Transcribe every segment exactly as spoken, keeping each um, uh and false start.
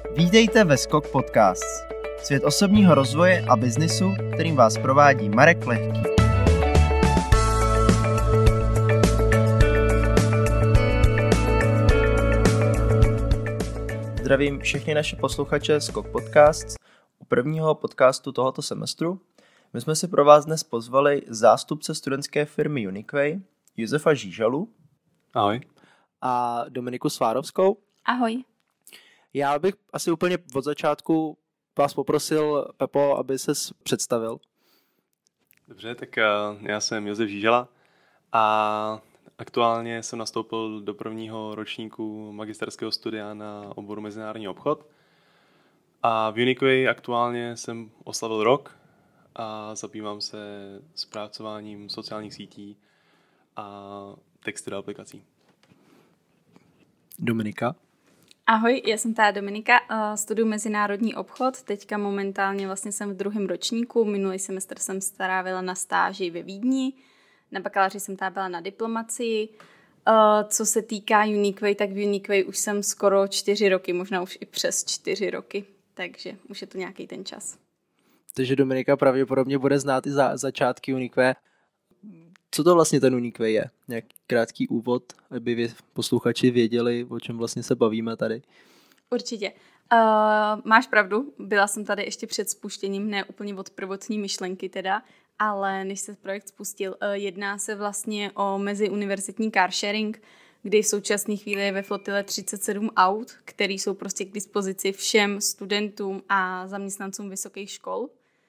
Vítejte ve Skok Podcasts. Svět osobního rozvoje a biznisu, kterým vás provádí Marek Lehký. Zdravím všechny naše posluchače Skok Podcasts u prvního podcastu tohoto semestru. My jsme si pro vás dnes pozvali zástupce studentské firmy Uniquay, Josefa Žížalu. Ahoj. A Dominiku Svárovskou. Ahoj. Já bych asi úplně od začátku vás poprosil, Pepo, aby ses představil. Dobře, tak já jsem Josef Žížala a aktuálně jsem nastoupil do prvního ročníku magisterského studia na oboru mezinárodní obchod. A v Uniquay aktuálně jsem oslavil rok a zabývám se zpracováním sociálních sítí a texty do aplikací. Dominika. Ahoj, já jsem ta Dominika, studuju mezinárodní obchod, teďka momentálně vlastně jsem v druhém ročníku, minulý semestr jsem strávila na stáži ve Vídni, na bakaláři jsem tam byla na diplomacii. Co se týká Uniquay, tak v Uniquay už jsem skoro čtyři roky, možná už i přes čtyři roky, takže už je to nějaký ten čas. Takže Dominika pravděpodobně bude znát i za, začátky Uniquay. Co to vlastně ten Uniquay je? Nějaký krátký úvod, aby vy posluchači věděli, o čem vlastně se bavíme tady. Určitě. Uh, máš pravdu, byla jsem tady ještě před spuštěním, ne úplně od prvotní myšlenky teda, ale než se projekt spustil, uh, jedná se vlastně o meziuniverzitní carsharing, kdy v současné chvíli je ve flotile třicet sedm aut, které jsou prostě k dispozici všem studentům a zaměstnancům vysokých škol.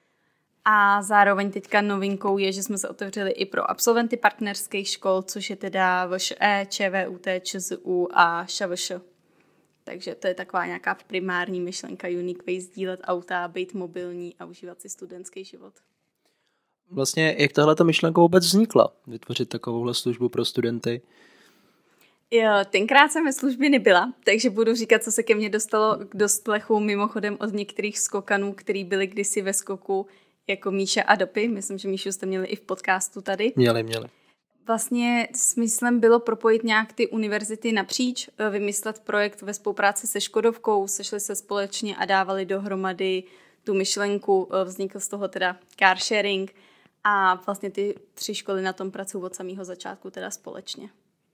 A zároveň teďka novinkou je, že jsme se otevřeli i pro absolventy partnerských škol, což je teda VŠE, ČVUT, ČZU a ŠVŠ. Takže to je taková nějaká primární myšlenka Uniquay, sdílet auta, být mobilní a užívat si studentský život. Vlastně jak tahle ta myšlenka vůbec vznikla? Vytvořit takovouhle službu pro studenty? Jo, tenkrát jsem ve službě nebyla, takže budu říkat, co se ke mně dostalo k doslechu mimochodem od některých skokanů, který byli kdysi ve skoku, jako Míša a Dopy. Myslím, že Míšu jste měli i v podcastu tady. Měli, měli. Vlastně smyslem bylo propojit nějak ty univerzity napříč, vymyslet projekt ve spolupráci se Škodovkou, sešli se společně a dávali dohromady tu myšlenku, vznikl z toho teda carsharing a vlastně ty tři školy na tom pracují od samého začátku teda společně.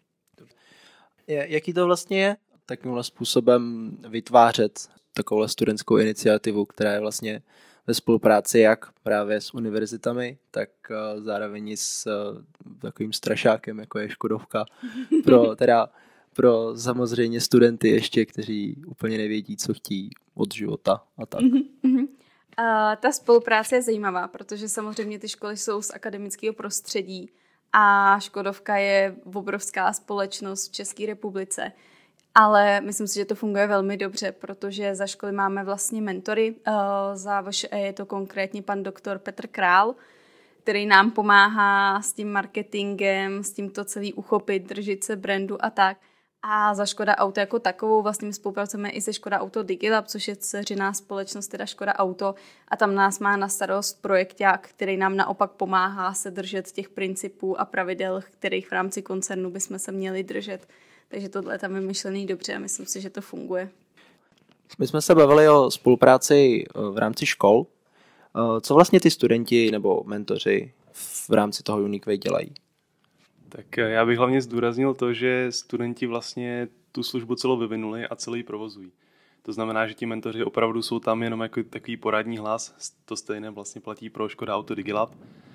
Jaký to vlastně je takovým způsobem vytvářet takovou studentskou iniciativu, která je vlastně ve spolupráci jak právě s univerzitami, tak zároveň s takovým strašákem, jako je Škodovka, pro, teda, pro samozřejmě studenty ještě, kteří úplně nevědí, co chtějí od života a tak. Uh, ta spolupráce je zajímavá, protože samozřejmě ty školy jsou z akademického prostředí a Škodovka je obrovská společnost v České republice. Ale myslím si, že to funguje velmi dobře, protože za školy máme vlastně mentory. Za VŠE je to konkrétně pan doktor Petr Král, který nám pomáhá s tím marketingem, s tím to celý uchopit, držet se brandu a tak. A za Škoda Auto jako takovou vlastně spolupracujeme i se Škoda Auto Digilab, což je dceřiná společnost, teda Škoda Auto. A tam nás má na starost projekták, který nám naopak pomáhá se držet těch principů a pravidel, kterých v rámci koncernu bychom se měli držet. Takže tohle je tam vymyšlený dobře a myslím si, že to funguje. My jsme se bavili o spolupráci v rámci škol. Co vlastně ty studenti nebo mentoři v rámci toho Uniquay dělají? Tak já bych hlavně zdůraznil to, že studenti vlastně tu službu celou vyvinuli a celý provozují. To znamená, že ti mentoři opravdu jsou tam jenom jako takový poradní hlas. To stejné vlastně platí pro Škoda Auto Digilab.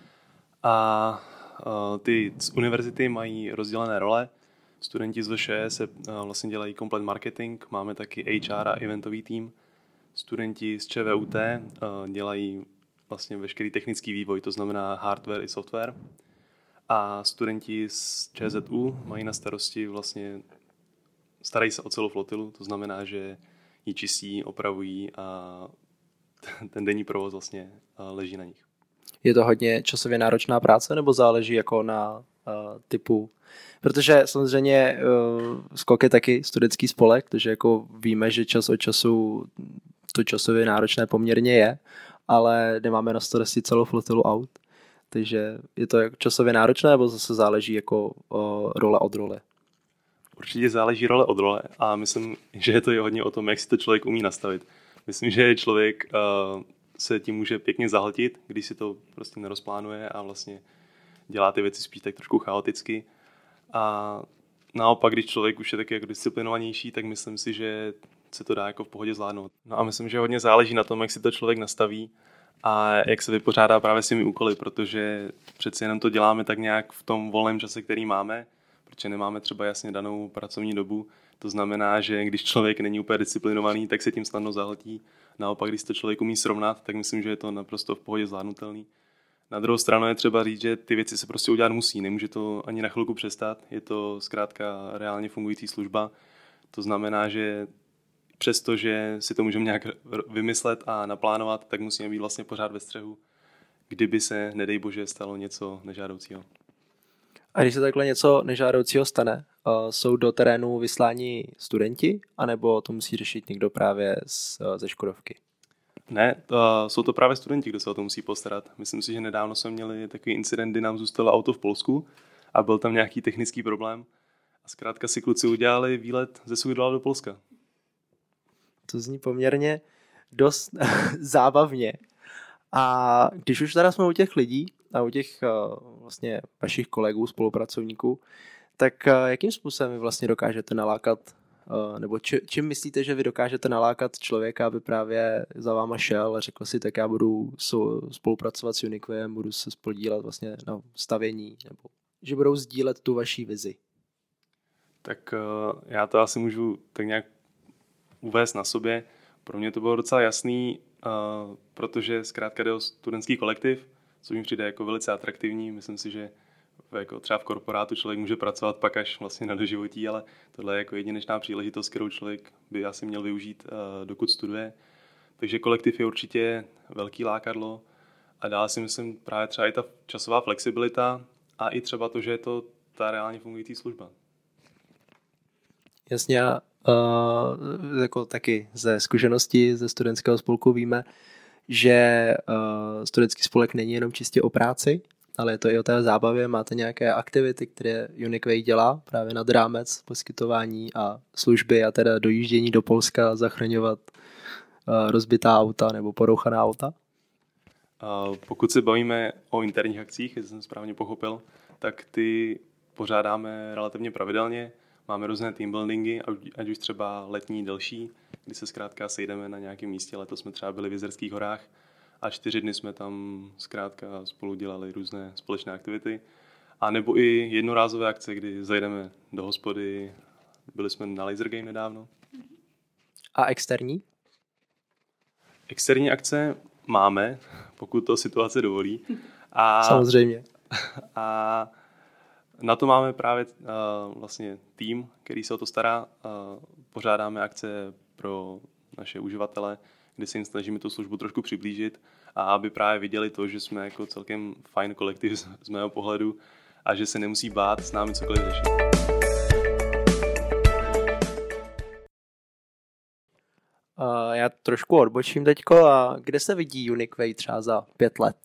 A ty z univerzity mají rozdělené role. Studenti z VŠE se vlastně dělají komplet marketing, máme taky H R a eventový tým. Studenti z ČVUT dělají vlastně veškerý technický vývoj, to znamená hardware i software. A studenti z ČZU mají na starosti vlastně, starají se o celou flotilu, to znamená, že ji čistí, opravují a ten denní provoz vlastně leží na nich. Je to hodně časově náročná práce nebo záleží jako na uh, typu? Protože samozřejmě uh, Skok je taky studentský spolek, takže jako víme, že čas od času to časově náročné poměrně je, ale nemáme na starosti celou flotilu aut. Takže je to jako časově náročné, nebo zase záleží jako uh, role od role? Určitě záleží role od role a myslím, že je to i hodně o tom, jak si to člověk umí nastavit. Myslím, že člověk uh, se tím může pěkně zahltit, když si to prostě nerozplánuje a vlastně dělá ty věci spíš tak trošku chaoticky. A naopak, když člověk už je taky jako disciplinovanější, tak myslím si, že se to dá jako v pohodě zvládnout. No a myslím, že hodně záleží na tom, jak si to člověk nastaví a jak se vypořádá právě s těmi úkoly, protože přeci jenom to děláme tak nějak v tom volném čase, který máme, protože nemáme třeba jasně danou pracovní dobu. To znamená, že když člověk není úplně disciplinovaný, tak se tím snadno zahltí. Naopak, když to člověk umí srovnat, tak myslím, že je to naprosto v pohodě zvládnutelný. Na druhou stranu je třeba říct, že ty věci se prostě udělat musí. Nemůže to ani na chvilku přestat. Je to zkrátka reálně fungující služba. To znamená, že přesto, že si to můžeme nějak vymyslet a naplánovat, tak musíme být vlastně pořád ve střehu, kdyby se, nedej bože, stalo něco nežádoucího. A když se takhle něco nežádoucího stane, uh, jsou do terénu vysláni studenti, anebo to musí řešit někdo právě z, uh, ze Škodovky? Ne, to, jsou to právě studenti, kdo se o to musí postarat. Myslím si, že nedávno jsme měli takový incident, kdy nám zůstalo auto v Polsku a byl tam nějaký technický problém. A zkrátka si kluci udělali výlet ze Suchdola do Polska. To zní poměrně dost zábavně. A když už teda jsme u těch lidí a u těch uh, vlastně vašich kolegů, spolupracovníků, tak uh, jakým způsobem vy vlastně dokážete nalákat, uh, nebo či, čím myslíte, že vy dokážete nalákat člověka, aby právě za váma šel a řekl si, tak já budu so, spolupracovat s Uniquem, budu se spodílet vlastně na stavění, nebo že budou sdílet tu vaší vizi? Tak uh, já to asi můžu tak nějak uvést na sobě. Pro mě to bylo docela jasný, uh, protože zkrátka jde o studentský kolektiv, co mi přijde jako velice atraktivní. Myslím si, že jako třeba v korporátu člověk může pracovat pak až vlastně na doživotí, ale tohle je jako jedinečná příležitost, kterou člověk by asi měl využít, uh, dokud studuje. Takže kolektiv je určitě velký lákadlo a dále si myslím právě třeba i ta časová flexibilita a i třeba to, že je to ta reálně fungující služba. Jasně, uh, jako taky ze zkušenosti ze studentského spolku víme, že uh, studentský spolek není jenom čistě o práci, ale je to i o té zábavě. Máte nějaké aktivity, které Unique dělá právě nad rámec poskytování a služby a teda dojíždění do Polska, zachraňovat uh, rozbitá auta nebo porouchaná auta? Uh, pokud se bavíme o interních akcích, jestli jsem správně pochopil, tak ty pořádáme relativně pravidelně. Máme různé team buildingy, ať už třeba letní, delší, kdy se zkrátka sejdeme na nějakém místě. Letos jsme třeba byli v Jizerských horách a čtyři dny jsme tam zkrátka spolu dělali různé společné aktivity. A nebo i jednorázové akce, kdy zajdeme do hospody. Byli jsme na Laser Game nedávno. A externí? Externí akce máme, pokud to situace dovolí. A, Samozřejmě. A na to máme právě uh, vlastně tým, který se o to stará. Uh, pořádáme akce pro naše uživatele, kde se jim snažíme tu službu trošku přiblížit a aby právě viděli to, že jsme jako celkem fajn kolektiv z, z mého pohledu a že se nemusí bát s námi cokoliv řešit. Uh, já trošku odbočím teďko. A kde se vidí Unique třeba za pět let?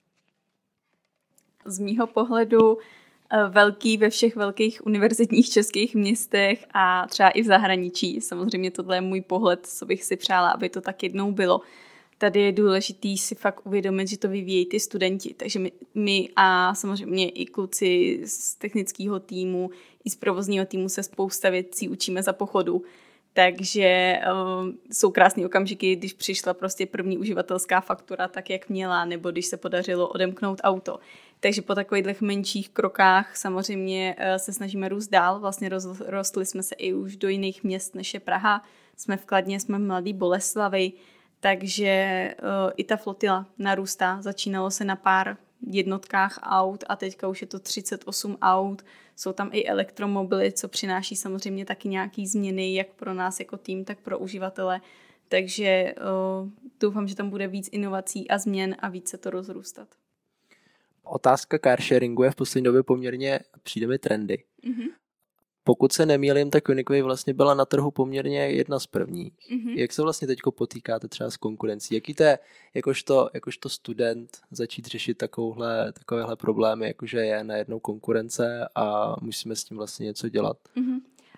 Z mýho pohledu velký ve všech velkých univerzitních českých městech a třeba i v zahraničí. Samozřejmě tohle je můj pohled, co bych si přála, aby to tak jednou bylo. Tady je důležitý si fakt uvědomit, že to vyvíjejí ty studenti. Takže my, my a samozřejmě i kluci z technického týmu, i z provozního týmu se spousta věcí učíme za pochodu. Takže uh, jsou krásné okamžiky, když přišla prostě první uživatelská faktura tak, jak měla, nebo když se podařilo odemknout auto. Takže po takových menších krokách samozřejmě uh, se snažíme růst dál. Vlastně roz, rostli jsme se i už do jiných měst, než je Praha. Jsme v Kladně, jsme v Mladý Boleslavi, takže uh, i ta flotila narůstá. Začínalo se na pár jednotkách aut a teďka už je to třicet osm aut. Jsou tam i elektromobily, co přináší samozřejmě taky nějaký změny, jak pro nás jako tým, tak pro uživatele. Takže uh, doufám, že tam bude víc inovací a změn a víc se to rozrůstat. Otázka carsharingu je v poslední době poměrně, přijde mi trendy. Mm-hmm. Pokud se nemýlím, tak Unique vlastně byla na trhu poměrně jedna z prvních. Mm-hmm. Jak se vlastně teďko potýkáte třeba s konkurencí? Jaký to je, jakožto, jakožto student, začít řešit takovouhle, takovéhle problémy, jakože je najednou konkurence a musíme s tím vlastně něco dělat? Mm-hmm.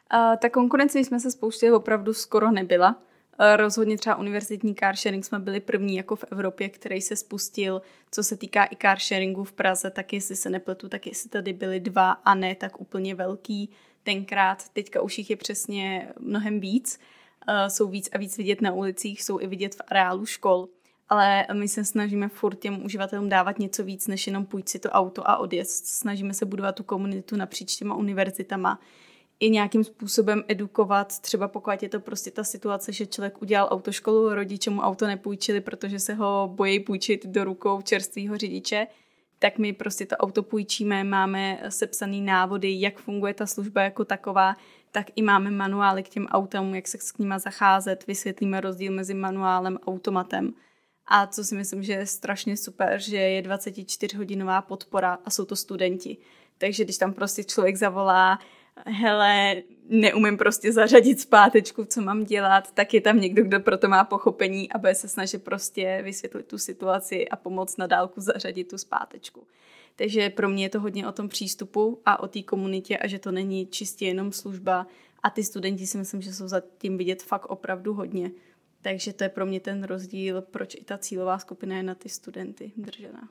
Ta konkurence jsme se spouštěli opravdu skoro nebyla. Rozhodně třeba univerzitní car sharing jsme byli první jako v Evropě, který se spustil. Co se týká i car sharingu v Praze, tak jestli se nepletu, tak jestli tady byly dva a ne tak úplně velký tenkrát. Teďka už jich je přesně mnohem víc. Jsou víc a víc vidět na ulicích, jsou i vidět v areálu škol. Ale my se snažíme furt těm uživatelům dávat něco víc, než jenom půjď si to auto a odjezd. Snažíme se budovat tu komunitu napříč těma univerzitama. I nějakým způsobem edukovat, třeba pokud je to prostě ta situace, že člověk udělal autoškolu, rodiče mu auto nepůjčili, protože se ho bojí půjčit do rukou čerstvýho řidiče, tak my prostě to auto půjčíme, máme sepsaný návody, jak funguje ta služba jako taková, tak i máme manuály k těm autům, jak se s nima zacházet, vysvětlíme rozdíl mezi manuálem a automatem. A co si myslím, že je strašně super, že je dvacetičtyřhodinová podpora a jsou to studenti. Takže když tam prostě člověk zavolá, hele, neumím prostě zařadit zpátečku, co mám dělat, tak je tam někdo, kdo proto má pochopení a bude se snažit prostě vysvětlit tu situaci a pomoct na dálku zařadit tu zpátečku. Takže pro mě je to hodně o tom přístupu a o té komunitě a že to není čistě jenom služba a ty studenti si myslím, že jsou zatím vidět fakt opravdu hodně. Takže to je pro mě ten rozdíl, proč i ta cílová skupina je na ty studenty držená.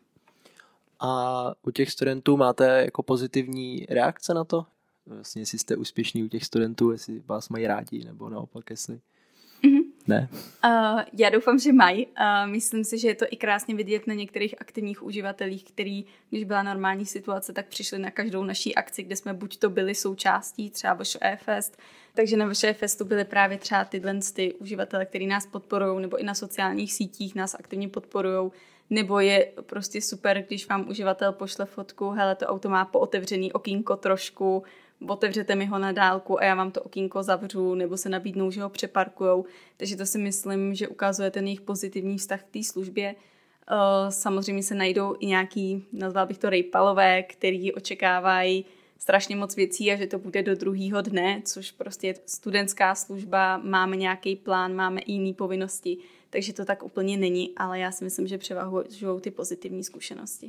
A u těch studentů máte jako pozitivní reakce na to? Vlastně, jestli jste úspěšní u těch studentů, jestli vás mají rádi, nebo naopak, jestli mm-hmm. ne? Uh, já doufám, že mají. Uh, myslím si, že je to i krásně vidět na některých aktivních uživatelích, který, když byla normální situace, tak přišli na každou naší akci, kde jsme buď to byli součástí, třeba VŠE Fest, takže na VŠE Festu byly právě třeba tyhle ty uživatele, který nás podporují, nebo i na sociálních sítích nás aktivně podporují, nebo je prostě super, když vám uživatel pošle fotku, hele, to auto má pootevřený okýnko trošku, otevřete mi ho na dálku a já vám to okýnko zavřu, nebo se nabídnou, že ho přeparkujou. Takže to si myslím, že ukazuje ten jejich pozitivní vztah k té službě. Samozřejmě se najdou i nějaký, nazval bych to rejpalové, který očekávají strašně moc věcí a že to bude do druhého dne, což prostě je studentská služba, máme nějaký plán, máme i jiné povinnosti, takže to tak úplně není, ale já si myslím, že převažují ty pozitivní zkušenosti.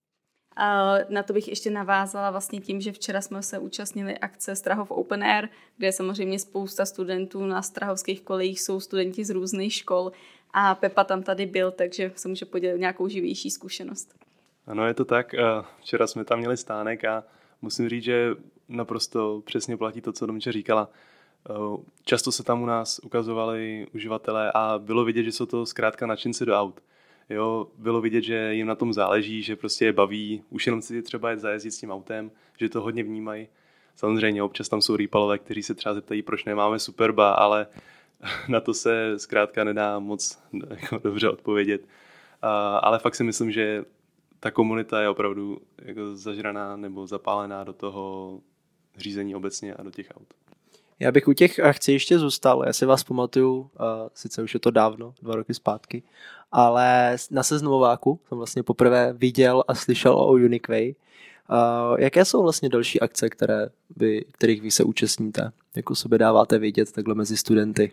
A na to bych ještě navázala vlastně tím, že včera jsme se účastnili akce Strahov Open Air, kde je samozřejmě spousta studentů na strahovských kolejích, jsou studenti z různých škol a Pepa tam tady byl, takže se může podělit nějakou živější zkušenost. Ano, je to tak. Včera jsme tam měli stánek a musím říct, že naprosto přesně platí to, co Domča říkala. Často se tam u nás ukazovali uživatelé a bylo vidět, že jsou to zkrátka nadšenci do aut. Jo, bylo vidět, že jim na tom záleží, že prostě je baví, už jenom si třeba jet zajezdit s tím autem, že to hodně vnímají. Samozřejmě občas tam jsou rýpalové, kteří se třeba zeptají, proč nemáme Superba, ale na to se zkrátka nedá moc jako dobře odpovědět. A, ale fakt si myslím, že ta komunita je opravdu jako zažraná nebo zapálená do toho řízení obecně a do těch aut. Já bych u těch akcí ještě zůstal, já si vás pamatuju, uh, sice už je to dávno, dva roky zpátky, ale na seznamováku jsem vlastně poprvé viděl a slyšel o Uniqueway. Uh, jaké jsou vlastně další akce, které vy, kterých vy se účastníte? Jako sobě dáváte vědět takhle mezi studenty?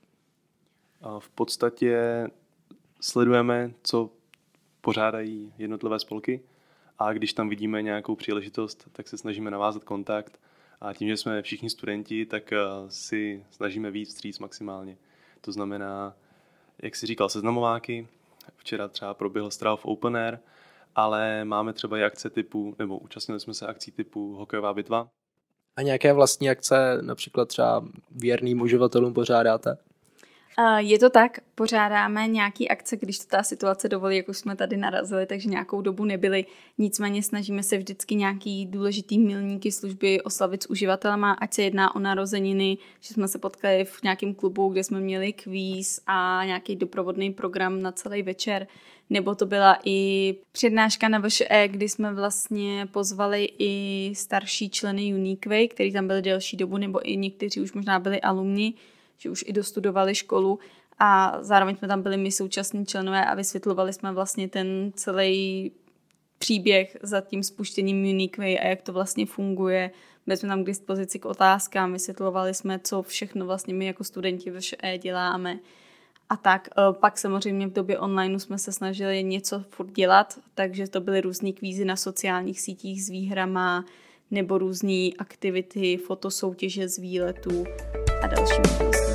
A v podstatě sledujeme, co pořádají jednotlivé spolky a když tam vidíme nějakou příležitost, tak se snažíme navázat kontakt. A tím, že jsme všichni studenti, tak si snažíme víc vstříc maximálně. To znamená, jak jsi říkal, seznamováky. Včera třeba proběhl Strahov Open Air, ale máme třeba i akce typu, nebo účastnili jsme se akcí typu hokejová bitva. A nějaké vlastní akce například třeba věrným uživatelům pořádáte? Je to tak, pořádáme nějaký akce, když to ta situace dovolí, jak už jsme tady narazili, takže nějakou dobu nebyli. Nicméně snažíme se vždycky nějaký důležitý milníky služby oslavit s uživatelema, ať se jedná o narozeniny, že jsme se potkali v nějakém klubu, kde jsme měli kvíz a nějaký doprovodný program na celý večer. Nebo to byla i přednáška na VŠE, kdy jsme vlastně pozvali i starší členy Uniqueway, kteří tam byli delší dobu, nebo i někteří už možná byli alumni, že už i dostudovali školu a zároveň jsme tam byli my současní členové a vysvětlovali jsme vlastně ten celý příběh za tím spuštěním Uniqueway a jak to vlastně funguje. Byli jsme tam k dispozici k otázkám, vysvětlovali jsme, co všechno vlastně my jako studenti VŠE děláme. A tak pak samozřejmě v době online jsme se snažili něco furt dělat, takže to byly různý kvízy na sociálních sítích s výhrama, nebo různé aktivity, fotosoutěže z výletů a další možnosti.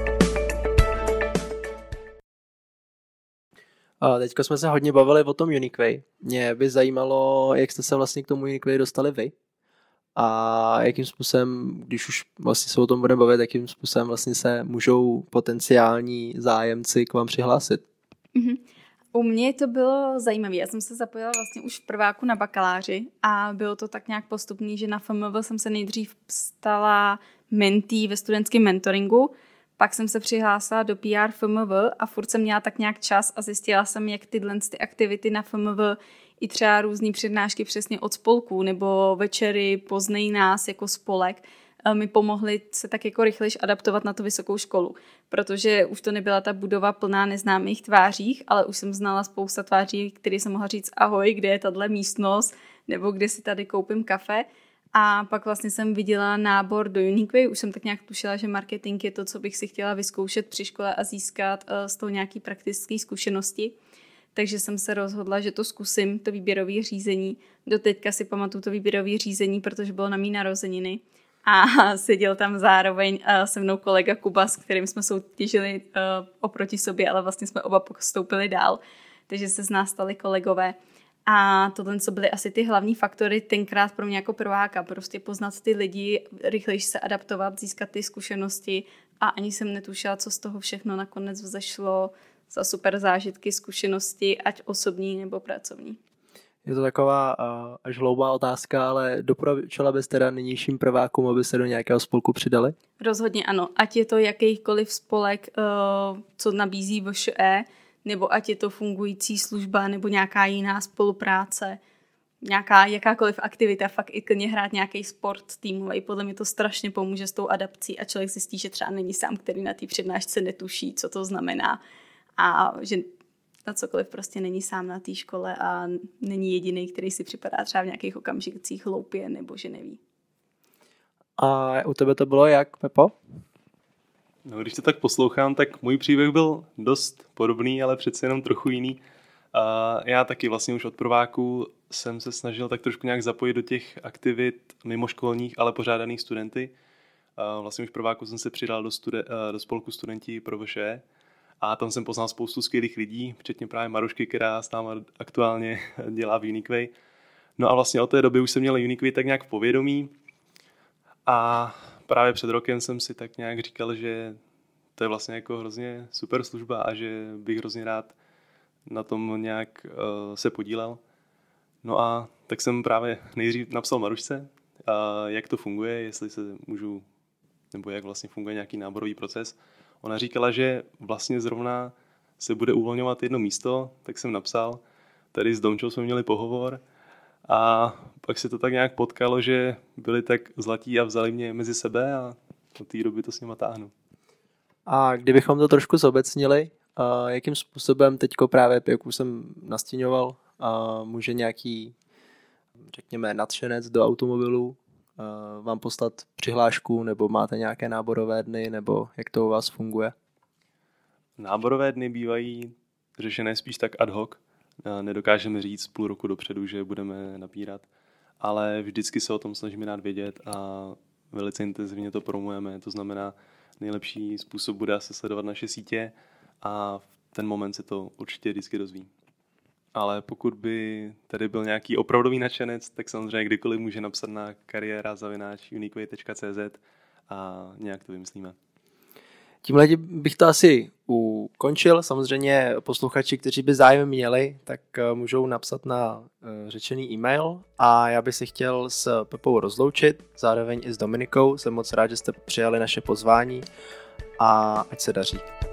A teďka jsme se hodně bavili o tom Unique Way. Mě by zajímalo, jak jste se vlastně k tomu Unique Way dostali vy a jakým způsobem, když už vlastně se o tom budeme bavit, jakým způsobem vlastně se můžou potenciální zájemci k vám přihlásit. Mm-hmm. U mě to bylo zajímavé. Já jsem se zapojila vlastně už v prváku na bakaláři a bylo to tak nějak postupný, že na F M V jsem se nejdřív stala mentee ve studentském mentoringu, pak jsem se přihlásila do P R F M V a furt jsem měla tak nějak čas a zjistila jsem, jak tyhle ty aktivity na F M V i třeba různý přednášky přesně od spolků nebo večery Poznej nás jako spolek mi pomohly se tak jako rychlejš adaptovat na tu vysokou školu, protože už to nebyla ta budova plná neznámých tvářích, ale už jsem znala spousta tváří, které jsem mohla říct ahoj, kde je tahle místnost, nebo kde si tady koupím kafe. A pak vlastně jsem viděla nábor do Unique Way, už jsem tak nějak tušila, že marketing je to, co bych si chtěla vyzkoušet při škole a získat z toho nějaký praktické zkušenosti. Takže jsem se rozhodla, že to zkusím, to výběrové řízení. Doteďka si pamatuju to výběrové řízení, protože bylo na mý narozeniny. A seděl tam zároveň se mnou kolega Kuba, s kterým jsme soutěžili oproti sobě, ale vlastně jsme oba postoupili dál. Takže se z nás stali kolegové. A tohle, co byly asi ty hlavní faktory tenkrát pro mě jako prváka. Prostě poznat ty lidi, rychleji se adaptovat, získat ty zkušenosti a ani jsem netušila, co z toho všechno nakonec vzešlo za super zážitky, zkušenosti, ať osobní nebo pracovní. Je to taková uh, až hloubá otázka, ale doporučila bys teda nynějším prvákům, aby se do nějakého spolku přidali? Rozhodně ano. Ať je to jakýkoliv spolek, uh, co nabízí V Š E, nebo ať je to fungující služba, nebo nějaká jiná spolupráce, nějaká jakákoliv aktivita, fakt i klidně hrát nějaký sport týmový. Podle mě to strašně pomůže s tou adapcí a člověk zjistí, že třeba není sám, který na té přednášce netuší, co to znamená a že na cokoliv prostě není sám na té škole a není jediný, který si připadá třeba v nějakých okamžicích hloupě nebo že neví. A u tebe to bylo jak, Pepo? No, když to tak poslouchám, tak můj příběh byl dost podobný, ale přece jenom trochu jiný. A já taky vlastně už od prváku jsem se snažil tak trošku nějak zapojit do těch aktivit mimoškolních, ale pořádaných studenty. A vlastně už v prváku jsem se přidal do, studi- do spolku Studenti pro V Š E a tam jsem poznal spoustu skvělých lidí, včetně právě Marušky, která s náma aktuálně dělá v Unique Way. No a vlastně od té doby už jsem měl Unique Way tak nějak v povědomí a právě před rokem jsem si tak nějak říkal, že to je vlastně jako hrozně super služba a že bych hrozně rád na tom nějak uh, se podílel. No a tak jsem právě nejdřív napsal Marušce, uh, jak to funguje, jestli se můžu, nebo jak vlastně funguje nějaký náborový proces. Ona říkala, že vlastně zrovna se bude uvolňovat jedno místo, tak jsem napsal. Tady s Domčou jsme měli pohovor a pak se to tak nějak potkalo, že byli tak zlatí a vzali mě mezi sebe a od té doby to s nima táhnu. A kdybychom to trošku zobecnili, uh, jakým způsobem teďko právě, jak už jsem nastíňoval, uh, může nějaký, řekněme, nadšenec do automobilu uh, vám poslat přihlášku, nebo máte nějaké náborové dny, nebo jak to u vás funguje? Náborové dny bývají řešené spíš tak ad hoc. Nedokážeme říct půl roku dopředu, že budeme nabírat, ale vždycky se o tom snažíme dát vědět a velice intenzivně to promujeme. To znamená, nejlepší způsob bude asi sledovat naše sítě a v ten moment se to určitě vždycky dozví. Ale pokud by tady byl nějaký opravdový nadšenec, tak samozřejmě kdykoliv může napsat na kariéra zavináč uniqueway tečka cé zet a nějak to vymyslíme. Tímhle bych to asi ukončil. Samozřejmě posluchači, kteří by zájem měli, tak můžou napsat na řečený e-mail a já bych si chtěl s Pepou rozloučit, zároveň i s Dominikou. Jsem moc rád, že jste přijali naše pozvání a ať se daří.